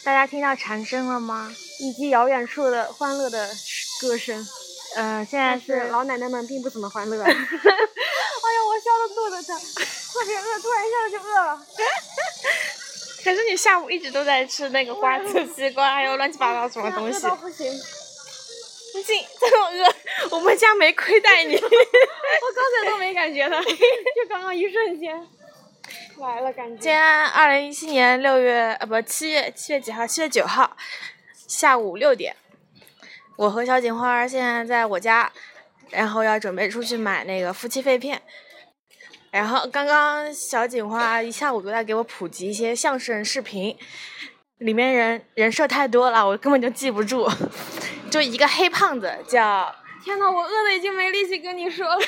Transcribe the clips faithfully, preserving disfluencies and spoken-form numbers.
大家听到蝉声了吗？以及遥远处的欢乐的歌声。呃，现在是老奶奶们并不怎么欢乐。 哎呀，我笑得肚子疼，特别饿，突然一下子就饿了。 可是你下午一直都在吃那个瓜子、西瓜，还有乱七八糟什么东西。 饿到不行。 你这这么饿，我们家没亏待你。 我刚才都没感觉的，就刚刚一瞬间来了感觉。 今天二零一七年六月呃不七月七月几号？七月九号下午六点，我和小锦花现在在我家，然后要准备出去买那个夫妻肺片。然后刚刚小锦花一下午都在给我普及一些相声视频，里面人人设太多了，我根本就记不住。就一个黑胖子叫， 天哪，我饿的已经没力气跟你说了。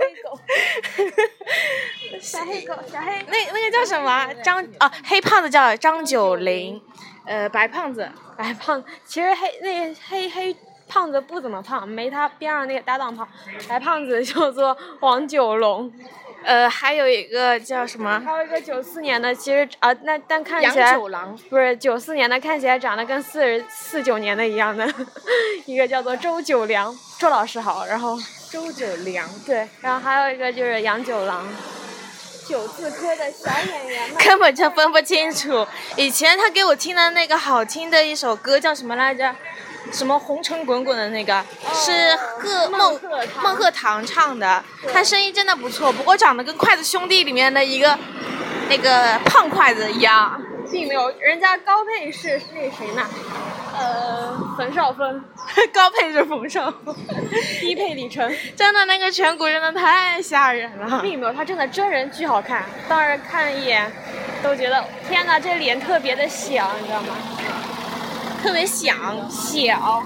小黑狗，小黑狗，小黑。 那那个叫什么？张啊，黑胖子叫张九龄，呃，白胖子， 白胖子。其实黑那个黑黑胖子不怎么胖，没他边上那个搭档胖。白胖子叫做王九龙。 呃，还有一个叫什么？ 还有一个九四年的，其实啊，那但看起来杨九郎不是九四年的，看起来长得跟四十四九年的一样的，一个叫做周九良，周老师好，然后周九良对，然后还有一个就是杨九郎，九字科的小演员们根本就分不清楚。以前他给我听的那个好听的一首歌叫什么来着？什么红尘滚滚的那个、哦、是贺孟孟鹤堂唱的，他声音真的不错，不过长得跟筷子兄弟里面的一个那个胖筷子一样， 并没有，人家高配是那谁呢？呃，冯绍峰， 高配是冯绍峰， 低配李晨， 真的那个颧骨真的太吓人了。 并没有，他真的真人巨好看，当时看一眼都觉得天哪，这脸特别的小，你知道吗？ 特别响小，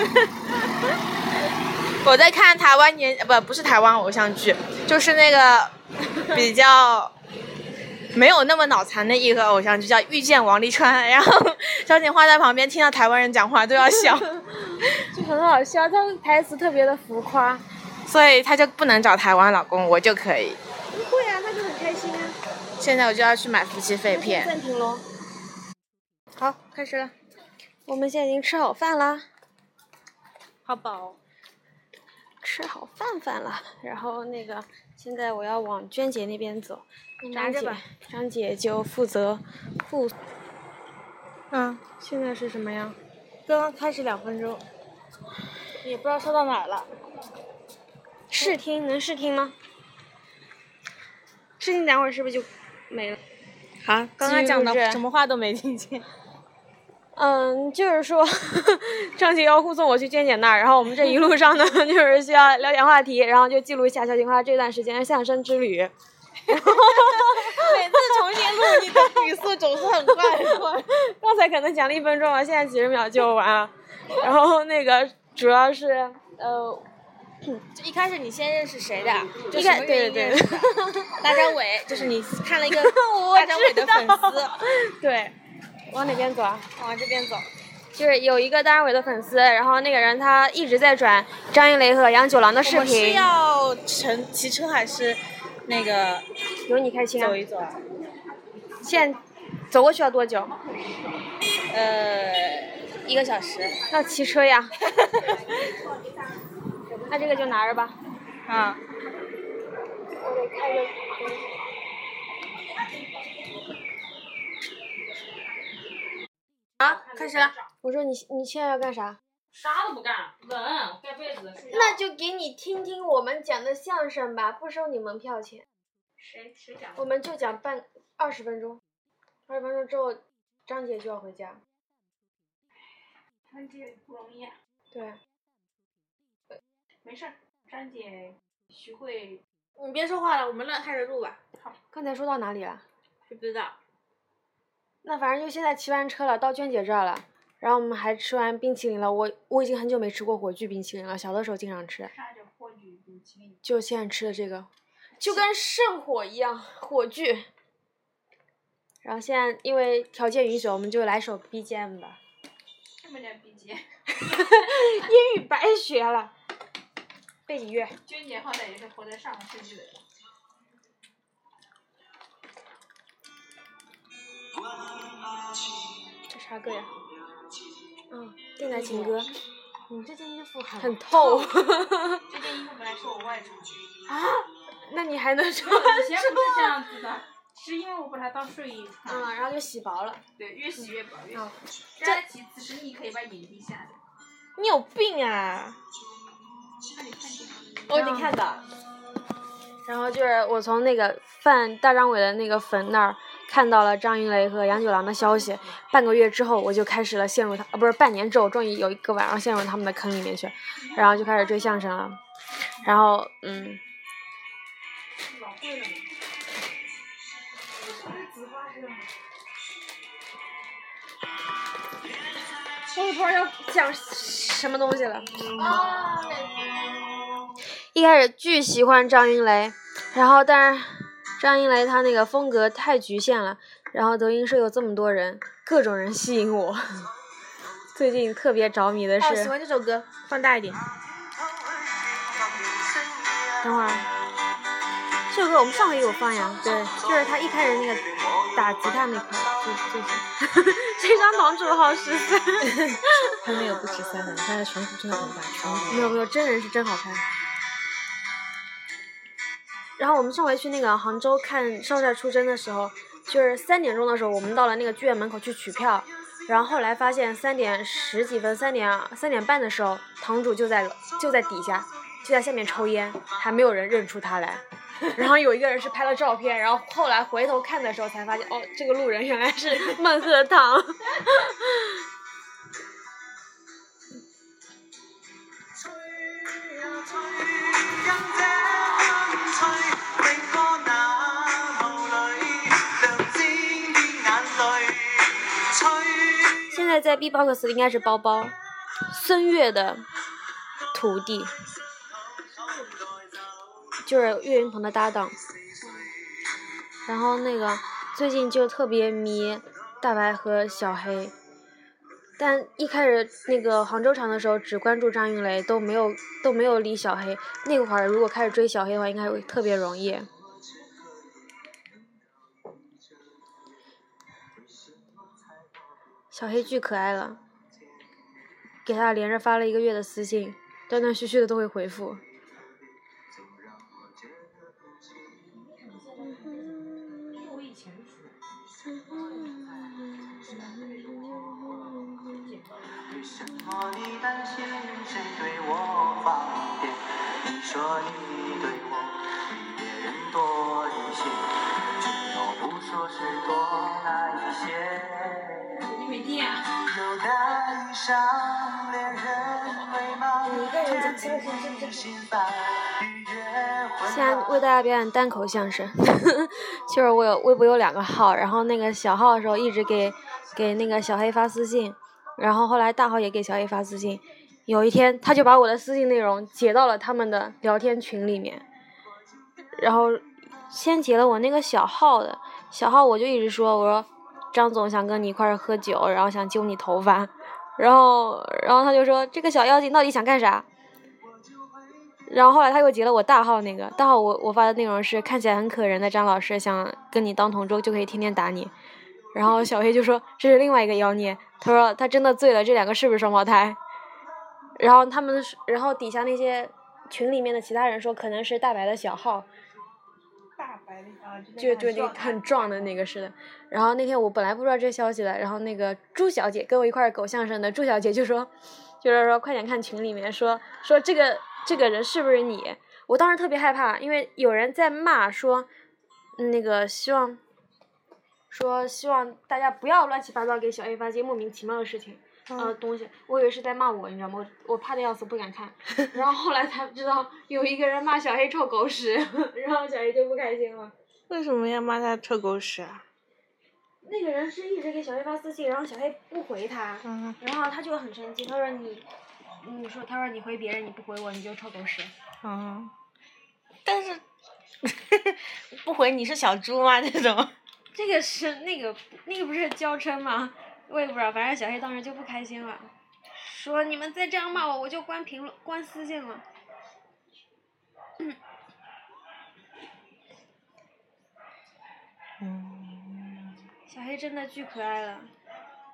我在看台湾年不不是台湾偶像剧，就是那个比较没有那么脑残的一个偶像剧，叫《遇见王沥川》，然后小锦花在旁边听到台湾人讲话都要笑， 就很好笑，他们台词特别的浮夸， 所以他就不能找台湾老公，我就可以。 不会啊，他就很开心啊。 现在我就要去买夫妻肺片。 暂停喽。 好，开始了。 我们现在已经吃好饭了， 好饱， 吃好饭饭了。然后那个，现在我要往娟姐那边走， 拿着吧。 张姐就负责负。 嗯， 现在是什么呀？ 刚刚开始两分钟，也不知道说到哪儿了。 试听能试听吗？试听等会儿是不是就没了？ 好，刚刚讲的什么话都没听见。 嗯，就是说，张姐要护送我去娟姐那儿，然后我们这一路上呢，就是需要聊点话题，然后就记录一下小锦花这段时间的相声之旅。 每次重新录，你的语速总是很快很快。 刚才可能讲了一分钟了，现在几十秒就完了。然后那个主要是呃， 就一开始你先认识谁的？ 一开始对对对， 大张伟，就是你看了一个大张伟的粉丝。 对。往哪边走啊？ 往这边走。 就是有一个大张伟的粉丝，然后那个人他一直在转张云雷和杨九郎的视频。我们是要乘骑车还是那个？ 由你开心啊。 走一走啊。 现在走过去要多久？ 呃，一个小时。 要骑车呀。那这个就拿着吧。 啊。 我得开个。 好，开始了。 我说你你现在要干啥？ 啥都不干，稳盖被子睡觉。 那就给你听听我们讲的相声吧，不收你门票钱。 谁谁讲？ 我们就讲半二十分钟，二十分钟之后，张姐就要回家。 张姐不容易。 对。 没事，张姐、徐慧，你别说话了，我们乱开着录吧。好。 刚才说到哪里了？ 不知道。 那反正就现在骑完车了，到娟姐这儿了，然后我们还吃完冰淇淋了。我我已经很久没吃过火炬冰淇淋了，小的时候经常吃。 啥叫火炬冰淇淋？ 就现在吃的这个，就跟圣火一样，火炬。然后现在因为条件允许，我们就来首 B G M 吧。 什么叫 B G M？ 英语白学了。背景乐。 娟姐好歹也是活在上个世纪的人。 这啥歌呀？嗯，电台情歌。 你这件衣服很很透。 这件衣服本来是我外穿。 啊？那你还能穿？ 以前不是这样子的，是因为我把它当睡衣穿。 嗯，然后就洗薄了。 对，越洗越薄，越洗。 嗯。 这其此时你可以把眼睛下来。 你有病啊！ 那你看见了？ 我已经看到。然后就是我从那个范大张伟的那个坟那儿看到了张云雷和杨九郎的消息，半个月之后我就开始了陷入他啊不是半年之后，终于有一个晚上陷入他们的坑里面去，然后就开始追相声了，然后嗯。 老贵了。 我也不知道要讲什么东西了。 啊。 一开始巨喜欢张云雷，然后但是张云雷他那个风格太局限了，然后德云社有这么多人，各种人吸引我。最近特别着迷的是。 哦，喜欢这首歌，放大一点。 等会儿。这首歌我们上回有放呀，对，就是他一开始那个打吉他那块，就就是。这张堂主好十三。 他没有不十三的，他的颧骨真的很大，颧骨。 没有没有，真人是真好看。然后我们上回去那个杭州看少帅出征的时候，就是三点钟的时候，我们到了那个剧院门口去取票，然后后来发现三点十几分、三点三点半的时候，堂主就在就在底下，就在下面抽烟，还没有人认出他来。然后有一个人是拍了照片，然后后来回头看的时候才发现，哦，这个路人原来是孟鹤堂。现在在 B box 应该是包包，孙悦的徒弟，就是岳云鹏的搭档。然后那个最近就特别迷大白和小黑，但一开始那个杭州场的时候只关注张云雷，都没有都没有理小黑。那会儿如果开始追小黑的话，应该会特别容易。小黑巨可爱了，给他连着发了一个月的私信，断断续续的都会回复。 为什么你担心谁对我放电？你说你对我比别人多一些，只要不说是多那一些。 你没电啊？ 有感以上恋人未满， 现在为大家表演单口相声。就是我有微博有两个号，然后那个小号的时候一直给给那个小黑发私信，然后后来大号也给小黑发私信，有一天他就把我的私信内容截到了他们的聊天群里面，然后先截了我那个小号的，小号我就一直说，我说张总想跟你一块儿喝酒，然后想揪你头发，然后然后他就说这个小妖精到底想干啥？然后后来他又截了我大号那个，大号我我发的内容是看起来很可人的张老师想跟你当同桌就可以天天打你，然后小黑就说这是另外一个妖孽，他说他真的醉了，这两个是不是双胞胎？然后他们然后底下那些群里面的其他人说可能是大白的小号， 大白的啊， 就就那个很壮的那个是的。然后那天我本来不知道这消息的，然后那个朱小姐跟我一块儿狗相声的朱小姐就说，就是说快点看群里面说说这个这个人是不是你？我当时特别害怕，因为有人在骂说，那个希望说希望大家不要乱七八糟给小 A 发这些莫名其妙的事情。呃，东西，我以为是在骂我，你知道吗？我我怕的要死，不敢看。然后后来才知道有一个人骂小黑臭狗屎，然后小黑就不开心了。 为什么要骂他臭狗屎啊？ 那个人是一直给小黑发私信，然后小黑不回他， 嗯、 然后他就很生气，他说你，你说他说你回别人你不回我你就臭狗屎。 嗯，但是不回你是小猪吗？这种。 这个是那个那个不是娇嗔吗？我也不知道，反正小黑当时就不开心了，说你们再这样骂我，我就关评论、关私信了。嗯。 嗯。 小黑真的巨可爱了。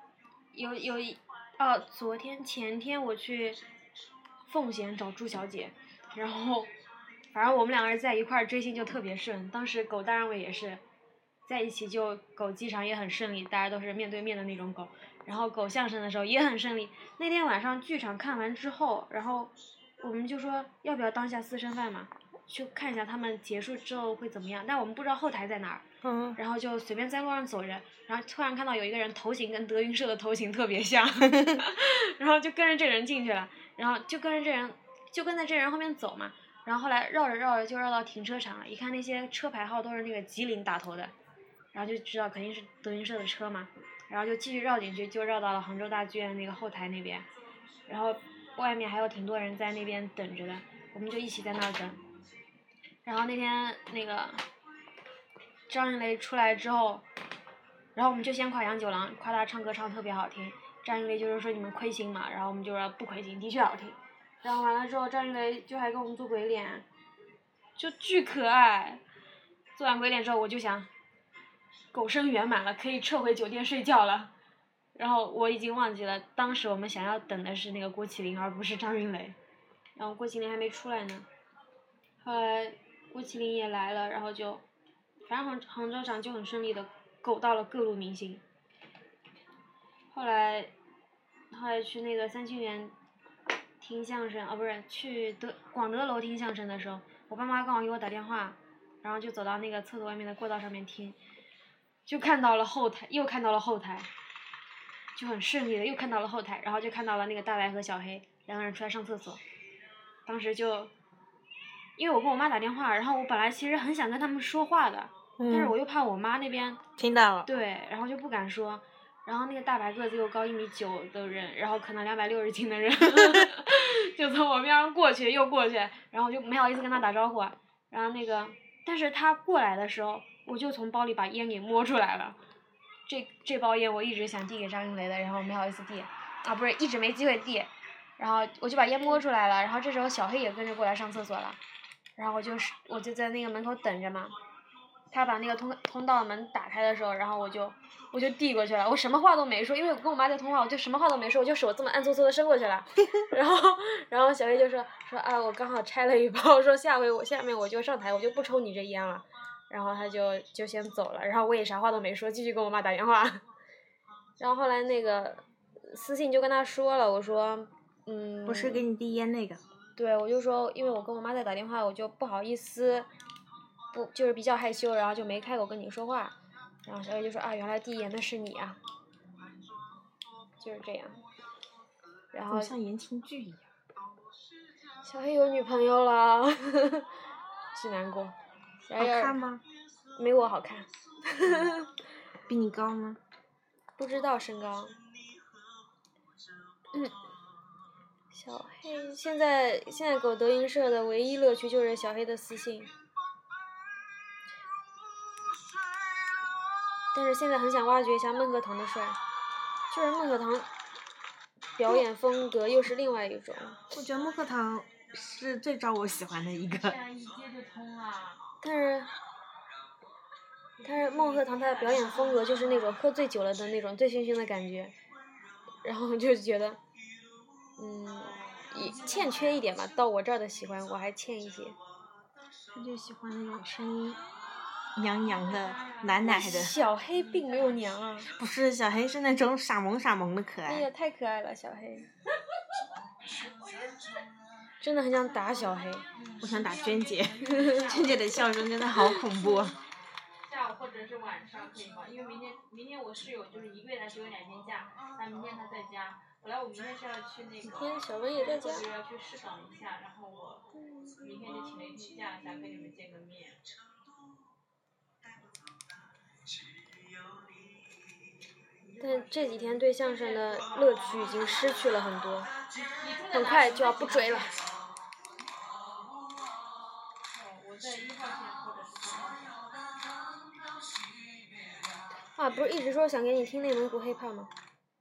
有有一哦，昨天前天我去奉贤找朱小姐，然后反正我们两个人在一块儿追星就特别顺，当时狗大张伟也是在一起，就狗机场也很顺利，大家都是面对面的那种狗，然后狗相声的时候也很顺利。那天晚上剧场看完之后，然后我们就说要不要当下私生饭嘛，去看一下他们结束之后会怎么样，但我们不知道后台在哪儿。 嗯， 然后就随便在路上走着，然后突然看到有一个人头型跟德云社的头型特别像，然后就跟着这人进去了，然后就跟着这人就跟在这人后面走嘛，然后后来绕着绕着就绕到停车场了，一看那些车牌号都是那个吉林打头的，然后就知道肯定是德云社的车嘛，然后就继续绕进去，就绕到了杭州大剧院那个后台那边，然后外面还有挺多人在那边等着的，我们就一起在那儿等，然后那天那个张云雷出来之后，然后我们就先夸杨九郎，夸他唱歌唱得特别好听。张云雷就是说你们亏心嘛，然后我们就说不亏心，的确好听。然后完了之后，张云雷就还给我们做鬼脸，就巨可爱。做完鬼脸之后，我就想，狗生圆满了，可以撤回酒店睡觉了。然后我已经忘记了，当时我们想要等的是那个郭麒麟，而不是张云雷。然后郭麒麟还没出来呢，后来郭麒麟也来了，然后就。反正杭杭州场就很顺利的狗到了各路明星。后来，后来去那个三清园听相声，哦不是去德广德楼听相声的时候，我爸妈刚好给我打电话，然后就走到那个厕所外面的过道上面听，就看到了后台，又看到了后台，就很顺利的又看到了后台，然后就看到了那个大白和小黑两个人出来上厕所，当时就，因为我跟我妈打电话，然后我本来其实很想跟他们说话的。但是我又怕我妈那边听到了， 对，然后就不敢说，然后那个大白个子又高一米九的人，然后可能两百六十斤的人，就从我面上过去又过去，然后我就没好意思跟他打招呼，然后那个，但是他过来的时候，我就从包里把烟给摸出来了，这这包烟我一直想递给张云雷的，然后没好意思递，啊不是一直没机会递，然后我就把烟摸出来了，然后这时候小黑也跟着过来上厕所了，然后我就是我就在那个门口等着嘛。他把那个通通道门打开的时候，然后我就我就递过去了，我什么话都没说，因为我跟我妈在通话，我就什么话都没说，我就手这么暗搓搓的伸过去了，然后然后小黑就说说啊我刚好拆了一包，说下回我下面我就上台，我就不抽你这烟了，然后他就就先走了，然后我也啥话都没说，继续跟我妈打电话，然后后来那个私信就跟他说了，我说嗯不是给你递烟那个， 对，我就说因为我跟我妈在打电话，我就不好意思。不就是比较害羞，然后就没开口跟你说话，然后小黑就说啊，原来递烟的是你啊，就是这样。然后像言情剧一样。 小黑有女朋友了，巨难过。 好看吗？ 没我好看。 比你高吗？ 不知道身高。嗯。小黑现在现在狗德云社的唯一乐趣就是小黑的私信。但是现在很想挖掘一下孟鹤堂的帅，就是孟鹤堂表演风格又是另外一种。 我觉得孟鹤堂是最招我喜欢的一个。 但是，但是孟鹤堂他的表演风格就是那种喝醉酒了的那种醉醺醺的感觉，然后就觉得，嗯，也欠缺一点吧。到我这儿的喜欢我还欠一些。 他就喜欢那种声音。娘娘的奶奶的小黑并没有娘啊， 不是小黑是那种傻萌傻萌的可爱， 哎呀太可爱了小黑，真的很想打小黑， 我想打娟姐，娟姐的笑声真的好恐怖。 下午或者是晚上可以吗？因为明天明天我室友就是一个月他只有两天假，那明天他在家，本来我明天是要去那个， 明天小文也在家， 我就要去试岗一下，然后我明天就请了一天假，想跟你们见个面。 但这几天对相声的乐趣已经失去了很多，很快就要不追了。啊，不是一直说想给你听内蒙古 hiphop 吗？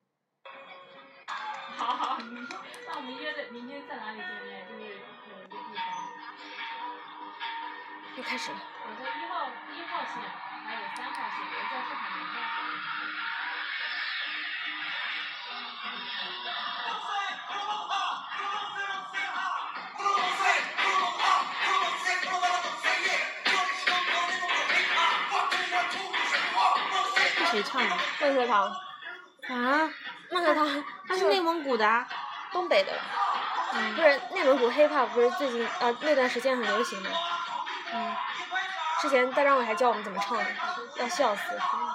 好好，明天，那我们约的明天在哪里见面？就是有一个地方。 又开始了。 我在一号一号线，还有三号线，我在上海门站。 谁唱的？ 孟鹤堂， 啊， 孟鹤堂， 他是内蒙古的啊。 东北的， 嗯不是内蒙古 hiphop 不是最近啊那段时间很流行吗？ 嗯， 之前大张伟还教我们怎么唱的，要笑死。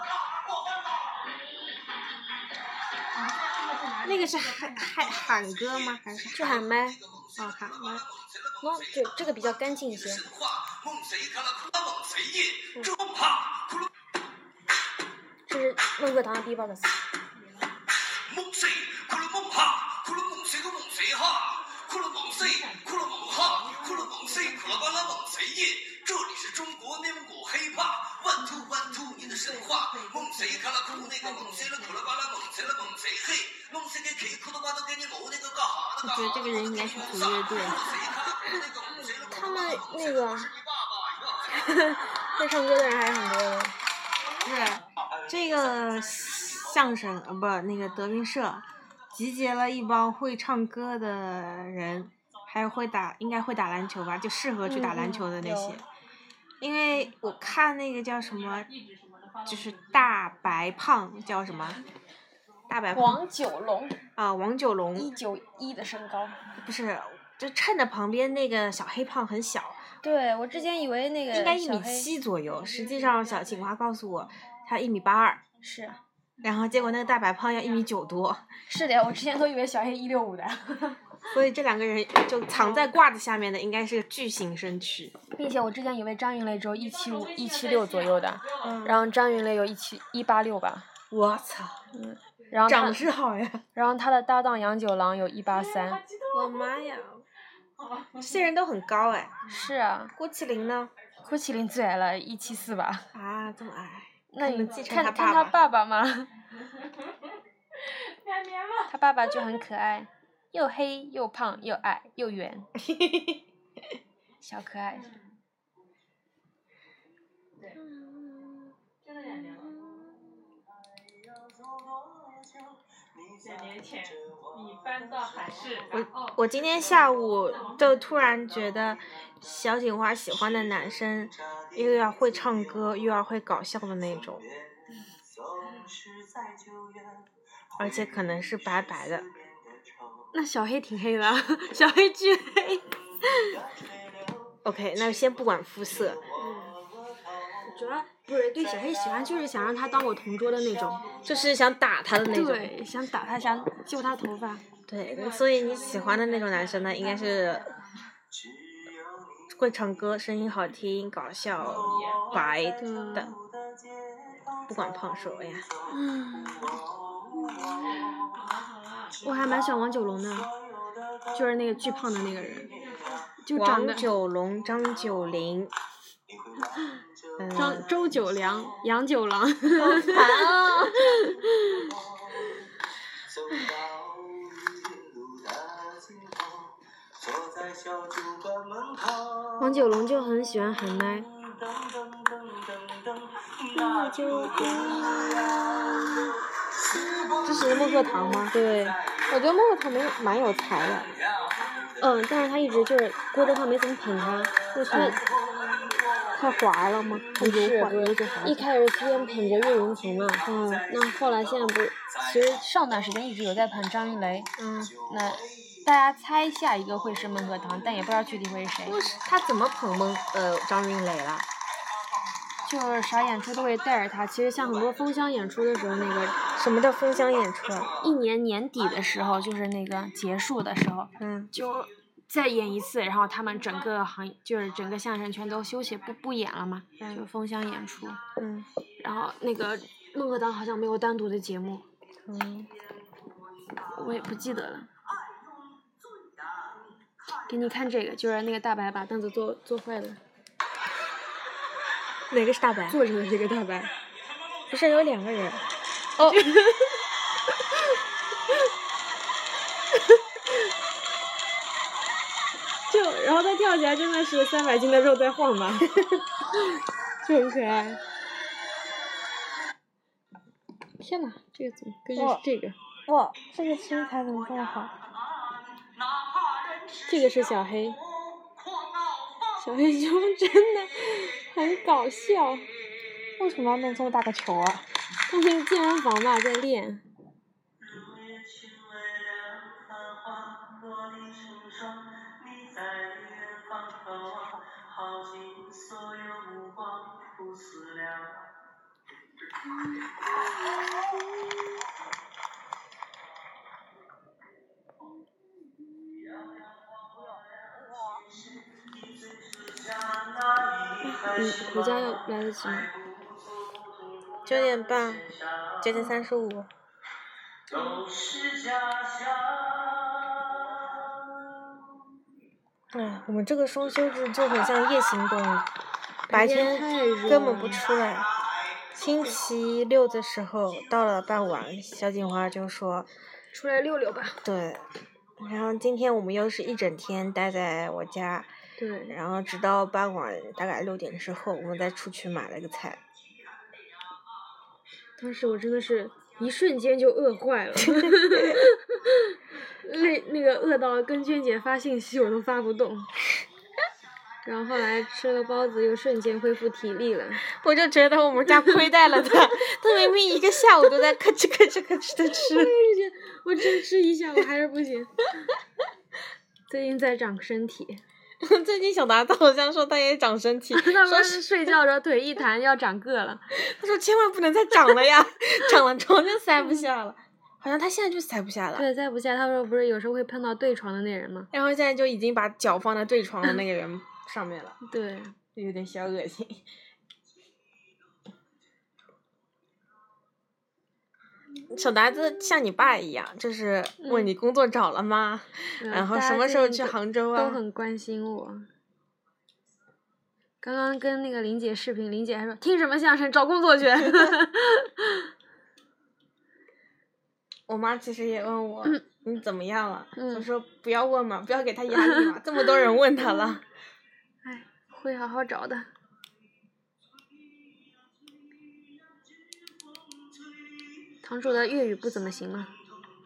那个是喊喊喊歌吗？还是去喊麦， 哦喊麦？ 喏，就这个比较干净一些。这是孟鹤堂的 B-box。 这里是中国内蒙古黑怕，one two one two 你的神话，蒙谁卡拉库那个蒙谁了，苦了巴拉蒙谁了蒙谁嘿，蒙谁给 K 哭的瓜都给你谋那个干哈的？ 我觉得这个人应该是组乐队。 他们那个会唱歌的人还是很多的。 是这个相声呃不那个德云社集结了一帮会唱歌的人，还有会打应该会打篮球吧，就适合去打篮球的那些。 嗯因为我看那个叫什么，就是大白胖叫什么，大白胖王九龙， 啊，王九龙一九一的身高。 不是，就衬着旁边那个小黑胖很小， 对，我之前以为那个应该一米小黑七左右，实际上小警花告诉我他一米八二， 是然后结果那个大白胖要一米九多， 是的呀，我之前都以为小黑一六五的。 所以这两个人就藏在褂子下面的应该是个巨型身躯。 并且我之前以为张云雷只有一七五、一七六左右的， 嗯然后张云雷有一七一八六吧， 我操， 嗯，然后他长势好呀！ 然后他的搭档杨九郎有一八三。 我妈呀，这些人都很高哎。 是啊， 郭麒麟呢？ 郭麒麟最矮了，一七四吧。 啊，这么矮， 那你能继承看他看他爸爸爸吗？他爸爸就很可爱，又黑又胖又矮又圆，小可爱。 真的两年了。两年前，你搬到海市。 我我今天下午就突然觉得，小锦花喜欢的男生又要会唱歌又要会搞笑的那种，而且可能是白白的。那小黑挺黑的，小黑巨黑。OK， 那先不管肤色。 主要不是对小黑喜欢，就是想让他当我同桌的那种， 就是想打他的那种。 对，想打他，想揪他头发。 对，所以你喜欢的那种男生呢，应该是会唱歌，声音好听，搞笑，白的，不管胖瘦呀。 嗯，我还蛮喜欢王九龙的，就是那个巨胖的那个人，就长王得九龙、张九龄。嗯、 张周九良、杨九郎。 好烦啊！ 王九龙就很喜欢喊麦。 这是孟鹤堂吗？ 对， 我觉得孟鹤堂没蛮有才的。 嗯，但是他一直就是郭德纲没怎么捧他， 为什么？太滑了吗？ 不是滑不是，一开始先捧着岳云鹏嘛， 嗯， 那后来现在不是，其实上段时间一直有在捧张云雷， 嗯， 那大家猜下一个会是孟鹤堂，但也不知道具体会是谁。 他怎么捧孟呃张云雷了？ 就是啥演出都会带着他，其实像很多封箱演出的时候，那个什么叫封箱演出？ 一年年底的时候，就是那个结束的时候， 嗯， 就再演一次，然后他们整个行就是整个相声圈都休息不不演了嘛， 嗯、 就封箱演出。 嗯， 然后那个孟鹤堂好像没有单独的节目， 嗯， 我也不记得了。给你看这个，就是那个大白把凳子坐坐坏了。 哪个是大白？ 坐着的这个大白。 不是有两个人。 哦。就然后他跳起来真的是三百斤的肉在晃吧，就很可爱。天哪，这个怎么跟着是这个？ 哇，这个身材怎么这么好？ 这个是小黑，小黑熊真的很搞笑。 为什么要弄这么大个球啊？ 他们健身房吧在练。你回家要来得及吗？ 九点半，九点三十五。哎，我们这个双休日就很像夜行动物，白天根本不出来。星期六的时候到了傍晚，小锦花就说出来溜溜吧。 对，然后今天我们又是一整天待在我家， 对， 然后直到傍晚大概六点之后，我们再出去买了个菜。 当时我真的是一瞬间就饿坏了，那那个饿到跟娟姐发信息我都发不动。然后后来吃了包子，又瞬间恢复体力了。 我就觉得我们家亏待了他，他明明一个下午都在吭哧吭哧吭哧的吃。 我也是觉得，我真吃一下午还是不行。最近在长身体。 最近小达好像说他也长身体， 他说是睡觉的时候腿一弹要长个了。 他说千万不能再长了呀，长了床就塞不下了。好像他现在就塞不下了。 对，塞不下。他说不是有时候会碰到对床的那人吗？ 然后现在就已经把脚放在对床的那个人上面了。 对， 就有点小恶心。小达子像你爸一样，就是问你工作找了吗？ 嗯、 然后什么时候去杭州啊？ 都很关心我。刚刚跟那个林姐视频，林姐还说听什么相声找工作去。 我妈其实也问我、嗯、你怎么样了、 嗯、 我说不要问嘛，不要给她压力嘛，这么多人问她了。 哎，会好好找的。堂主的粤语不怎么行吗？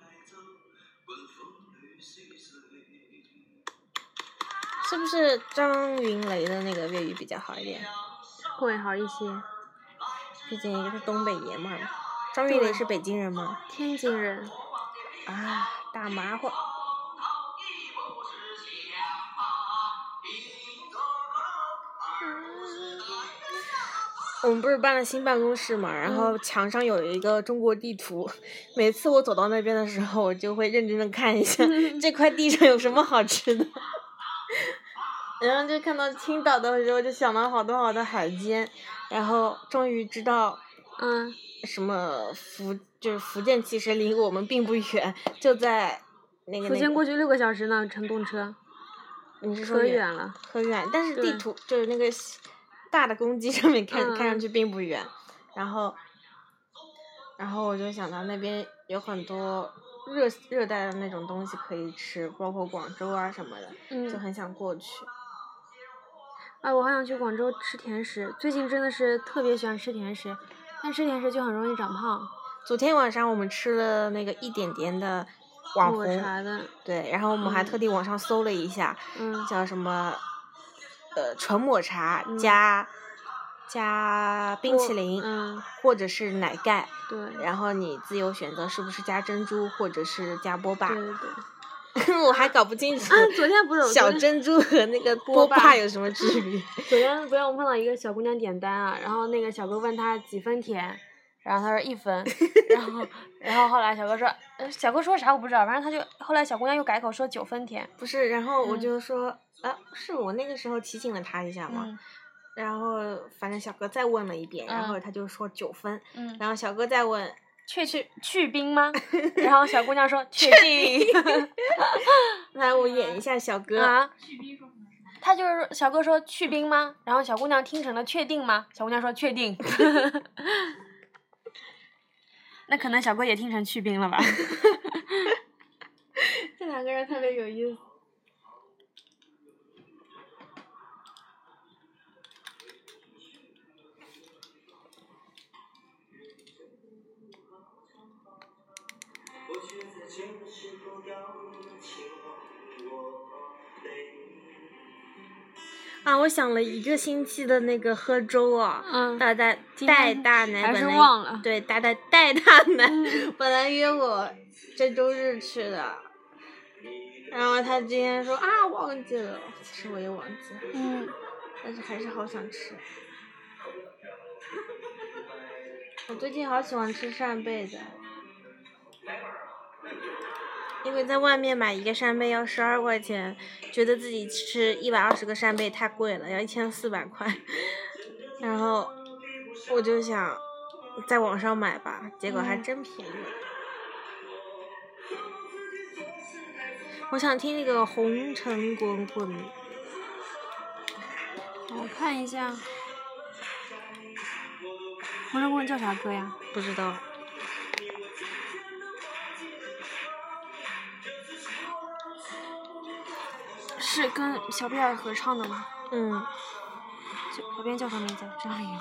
是不是张云雷的那个粤语比较好一点？ 会好一些。 毕竟一个是东北爷们儿嘛。张云雷是北京人吗？ 天津人。 啊，大麻花。我们不是搬了新办公室嘛，然后墙上有一个中国地图、嗯、每次我走到那边的时候我就会认真的看一下这块地上有什么好吃的。然后就看到青岛的时候就想到好多好多海鲜，然后终于知道嗯什么福就是福建其实离我们并不远，就在那个福建过去六个小时呢，乘动车。 你是说可远了？ 可远，但是地图就是那个大的公鸡上面看、嗯、看上去并不远，然后，然后我就想到那边有很多热热带的那种东西可以吃，包括广州啊什么的， 嗯、 就很想过去。 啊，我好想去广州吃甜食，最近真的是特别喜欢吃甜食，但吃甜食就很容易长胖。 昨天晚上我们吃了那个一点点的网红抹茶的， 对，然后我们还特地网上搜了一下， 嗯， 叫什么呃纯抹茶、 嗯、 加加冰淇淋， 嗯， 或者是奶盖， 对， 然后你自由选择是不是加珍珠或者是加波霸。 对对对。 我还搞不清楚， 啊，昨天不是小珍珠和那个波霸有什么区别？ 昨天昨天我碰到一个小姑娘点单啊，然后那个小哥问她几分甜，然后她说一分，然后然后后来小哥说，小哥说啥我不知道，反正他就后来小姑娘又改口说九分甜， 不是，然后我就说、嗯、啊，是我那个时候提醒了他一下嘛。 嗯然后反正小哥再问了一遍， 嗯、 然后他就说九分， 嗯、 然后小哥再问去去去冰吗？然后小姑娘说确定。 来，我演一下小哥。 啊？他就是小哥说去冰吗？然后小姑娘听成了确定吗？小姑娘说确定。那可能小哥也听成去冰了吧？ 这两个人特别有意思。 啊，我想了一个星期的那个喝粥啊， 嗯大大今带天大奶还是本来忘了对大大带大奶、 嗯本来约我这周日去的，然后他今天说啊忘记了，其实我也忘记了， 嗯， 但是还是好想吃。我最近好喜欢吃扇贝的，因为在外面买一个扇贝要十二块钱，觉得自己吃一百二十个扇贝太贵了，要一千四百块，然后我就想在网上买吧，结果还真便宜。我想听那个红尘滚滚。 我看一下，红尘滚滚叫啥歌呀？ 不知道。 是跟小贝儿合唱的吗？ 嗯。 小小编叫什么名字？张凌。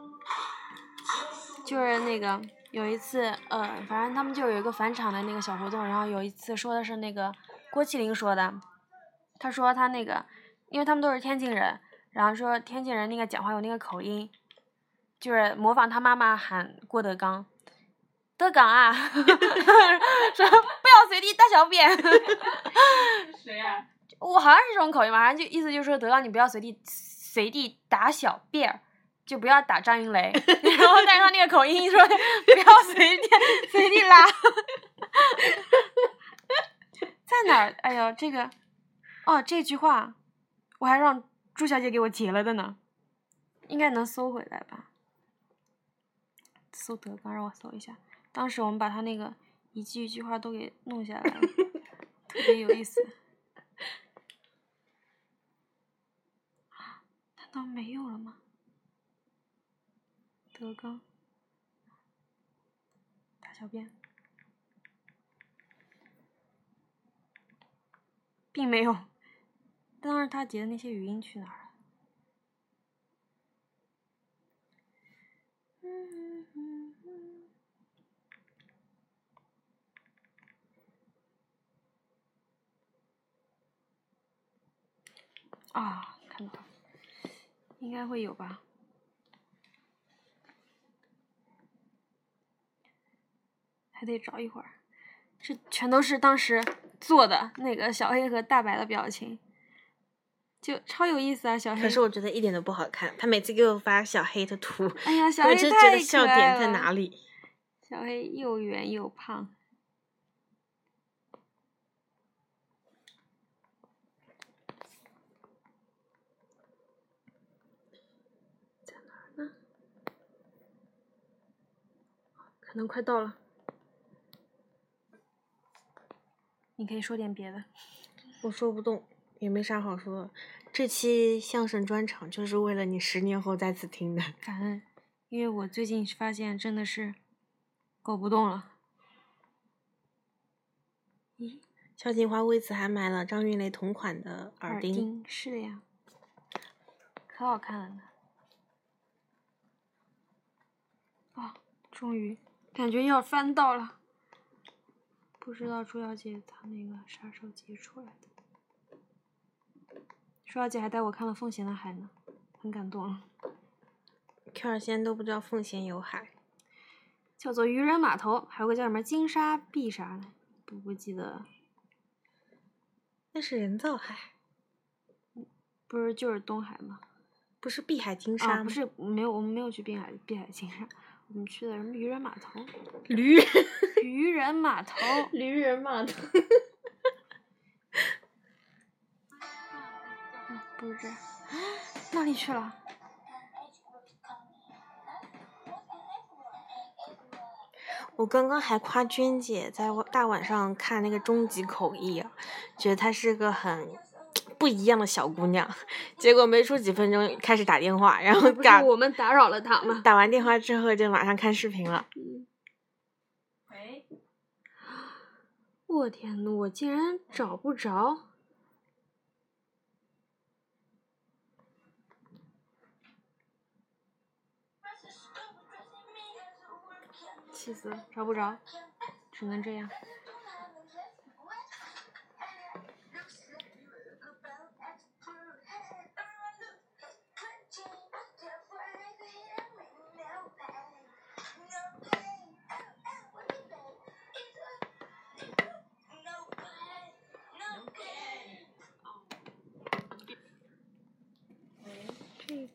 就是那个有一次，呃，反正他们就有一个返场的那个小活动，然后有一次说的是那个郭麒麟说的，他说他那个，因为他们都是天津人，然后说天津人那个讲话有那个口音，就是模仿他妈妈喊郭德纲，德纲啊，说不要随地大小便。 谁呀？ 我好像是这种口音吧，反正就意思就是说德纲你不要随地随地打小便儿。就不要打张云雷，然后但是他那个口音说不要随便随地拉，在哪儿？哎呦，这个，哦，这句话我还让朱小姐给我截了的呢，应该能搜回来吧？搜德纲，让我搜一下。当时我们把他那个一句一句话都给弄下来了，特别有意思。难道没有了吗？德纲大小便，并没有。当时他截的那些语音去哪儿了？嗯嗯嗯啊，看到了，应该会有吧。还得找一会儿，这全都是当时做的那个小黑和大白的表情，就超有意思啊！小黑， 可是我觉得一点都不好看，他每次给我发小黑的图， 哎呀，小黑我就觉太得笑可爱点在了哪里？ 小黑又圆又胖，在哪儿呢？可能快到了。你可以说点别的。 我说不动，也没啥好说的。这期相声专场就是为了你十年后再次听的。 感恩，因为我最近发现真的是搞不动了。咦， 萧锦华为此还买了张云雷同款的耳钉。 钉是的呀，可好看了呢。啊，终于感觉要翻到了。不知道朱小姐她那个啥时候截出来的？朱小姐还带我看了奉贤的海呢，很感动。 Q 二仙都不知道奉贤有海， 叫做渔人码头，还有个叫什么金沙碧啥的，不不记得了。 那是人造海， 不是就是东海吗？ 不是碧海金沙吗？ 啊，不是，没有，我们没有去碧海碧海金沙，我们去的什么渔人码头？ 驴渔人码头， 驴人码头。 嗯，不是这样，哪里去了？ 我刚刚还夸娟姐在大晚上看那个终极口译啊，觉得她是个很不一样的小姑娘，结果没出几分钟开始打电话，然后不是打我们打扰了她吗？ 打完电话之后就马上看视频了。 嗯， 喂， 我天呐，我竟然找不着。气死了，找不着，只能这样。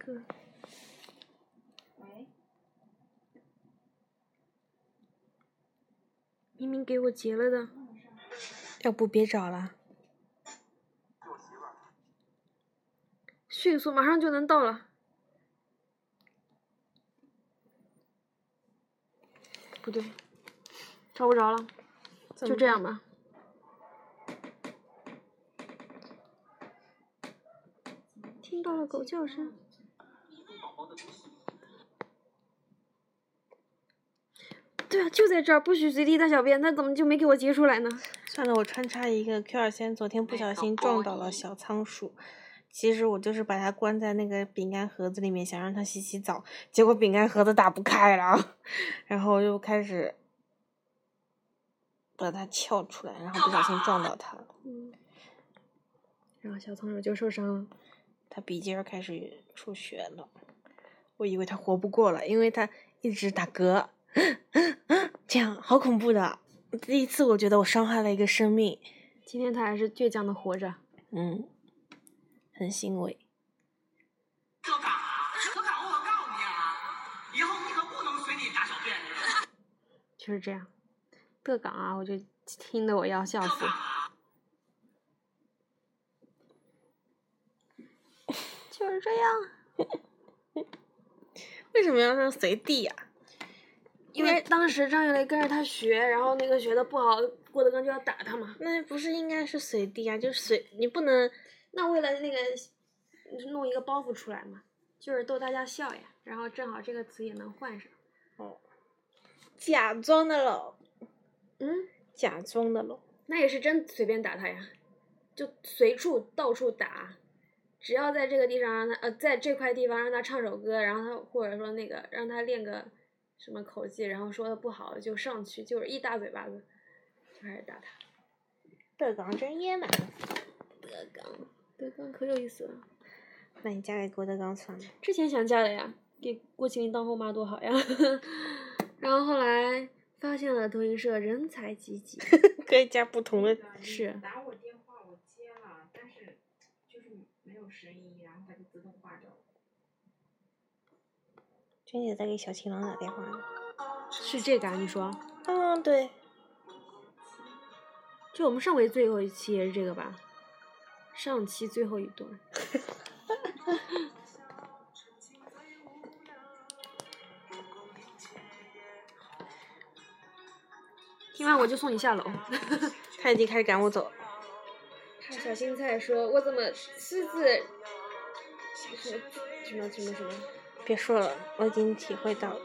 个。明明给我截了的。 要不别找了。 迅速，马上就能到了。不对，找不着了，就这样吧。听到了狗叫声。对啊，就在这儿，不许随地大小便，他怎么就没给我截出来呢？ 算了，我穿插一个 Q 二三，昨天不小心撞倒了小仓鼠。其实我就是把它关在那个饼干盒子里面，想让它洗洗澡，结果饼干盒子打不开了，然后又开始把它撬出来，然后不小心撞到它了。 嗯。然后小仓鼠就受伤了， 它鼻尖开始出血了。我以为它活不过了，因为它一直打嗝，这样好恐怖的。第一次我觉得我伤害了一个生命。 今天它还是倔强的活着。 嗯。很欣慰。 德刚，德刚，我告诉你啊，以后你可不能随地大小便了。 就是这样，德刚啊，我就听得我要笑死。就是这样。 为什么要说随地呀、啊？ 因为当时张雨雷跟着他学，然后那个学的不好，郭德纲就要打他嘛。 那不是应该是随地啊，就是随你不能。 那为了那个弄一个包袱出来嘛，就是逗大家笑呀，然后正好这个词也能换上。 哦，假装的喽。 嗯， 假装的喽。 那也是真随便打他呀，就随处到处打，只要在这个地方让他呃，在这块地方让他唱首歌，然后他或者说那个让他练个什么口技，然后说的不好就上去就是一大嘴巴子，就开始打他。 德刚真野蛮。 德刚。德刚可有意思了， 那你嫁给郭德纲算了。 之前想嫁的呀，给郭麒麟当后妈多好呀。然后后来发现了德云社人才济济， 可以加不同的。 是。 打我电话我接了，但是就是没有声音，然后它就自动挂掉了。 娟姐在给小情郎打电话呢。 是这个啊？你说？ 嗯，对。 就我们上回最后一期也是这个吧？上期最后一段。听完我就送你下楼。 他已经开始赶我走。 看小青菜说：“我怎么私自什么什么什么什么？” 别说了，我已经体会到了。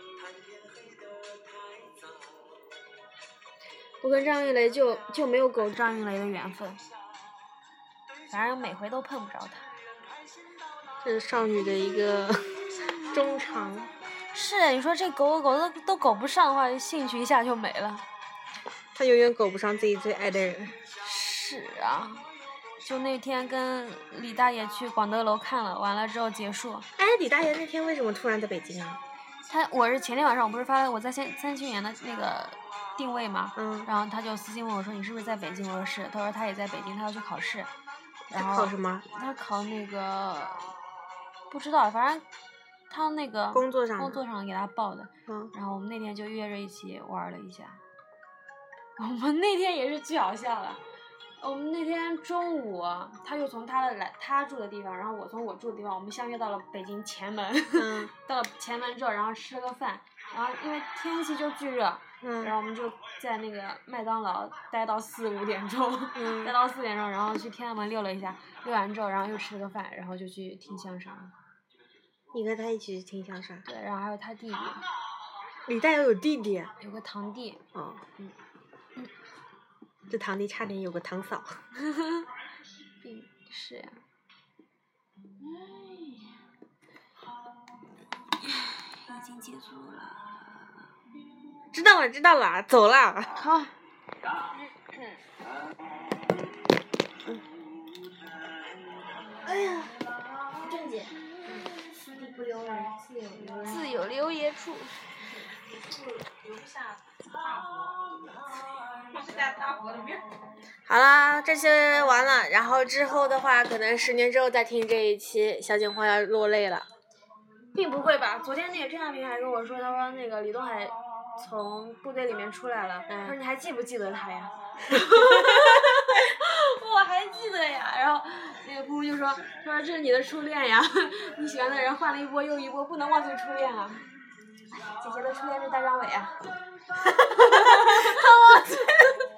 我跟张云雷就就没有狗张云雷的缘分。反正每回都碰不着他， 这是少女的一个衷肠。 是，你说这狗狗都都狗不上的话，兴趣一下就没了。 他永远狗不上自己最爱的人。 是啊，就那天跟李大爷去广德楼看了，完了之后结束。 哎，李大爷那天为什么突然在北京啊？ 他我是前天晚上我不是发了我在三三清园的那个定位嘛， 嗯， 然后他就私信问我说你是不是在北京？我说是，他说他也在北京，他要去考试。然后他考什么？ 他考那个不知道，反正他那个工作上工作上给他报的。 嗯。 然后我们那天就约着一起玩了一下。我们那天也是巨好笑的。我们那天中午，他就从他的来他住的地方，然后我从我住的地方，我们相约到了北京前门。 嗯。 到了前门之后，然后吃了个饭，然后因为天气就巨热。 嗯， 然后我们就在那个麦当劳待到四五点钟， 嗯、 待到四点钟，然后去天安门溜了一下，溜完之后，然后又吃了个饭，然后就去听相声。 你和他一起去听相声？ 对，然后还有他弟弟。 李大爷有弟弟？ 有个堂弟。 哦。嗯。嗯。这堂弟差点有个堂嫂。 嗯，是呀。已经结束了。 知道了，知道了，走了。 好。嗯。 哎呀， 郑姐。 此地不留人，自有留人。 自有留爷处。 留不下大佛，留不下大佛的命。 好啦，这期完了，然后之后的话，可能十年之后再听这一期，小警花要落泪了。 并不会吧？昨天那个郑亚平还跟我说，他说那个李东海从部队里面出来了，他说你还记不记得他呀？我还记得呀。然后那个姑姑就说，他说这是你的初恋呀，你喜欢的人换了一波又一波，不能忘记初恋啊。姐姐的初恋是大张伟啊。他忘记。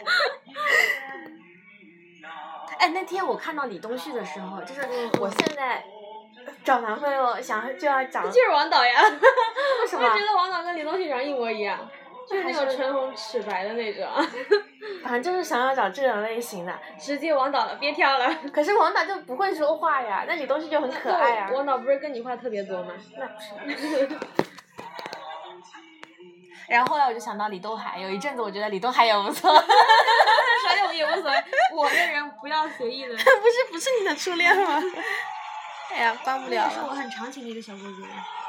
哎，那天我看到李东旭的时候，就是我现在找男朋友想就要找，就是王导呀。为什么？我觉得王导跟李东旭长一模一样，就是那种唇红齿白的那种。反正就是想要找这种类型的，直接王导了，别挑了。可是王导就不会说话呀，那李东旭就很可爱呀。王导不是跟你话特别多吗？那不是。然后后来我就想到李东海，有一阵子我觉得李东海也不错。啥叫也无所谓，我的人不要随意的。不是不是你的初恋吗？哎呀，帮不了了。是我很长情的一个小哥哥。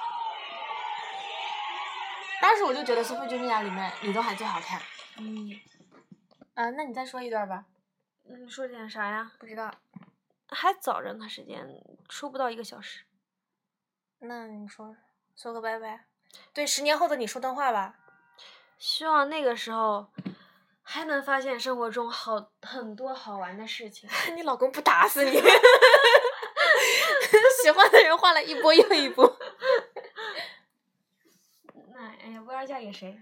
当时我就觉得《苏菲君家》里面李东海最好看。嗯。啊，那你再说一段吧。嗯，说点啥呀？不知道。还早着呢，时间说不到一个小时。那你说，说个拜拜。对，十年后的你说段话吧。希望那个时候还能发现生活中好很多好玩的事情。你老公不打死你？喜欢的人换了一波又一波。那哎呀，不知道嫁给谁。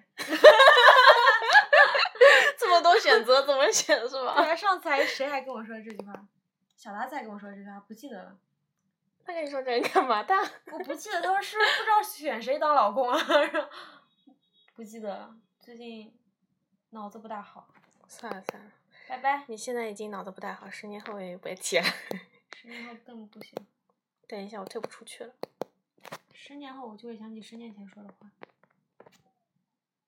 这么多选择，怎么选是吧？对，上次还谁还跟我说这句话？小达才跟我说这句话，不记得了。他跟你说这个干嘛？他我不记得，他说是不是不知道选谁当老公啊？不记得了，最近脑子不大好。算了算了，拜拜。你现在已经脑子不太好，十年后也别提了。十年后更不行。等一下，我退不出去了。十年后我就会想起十年前说的话。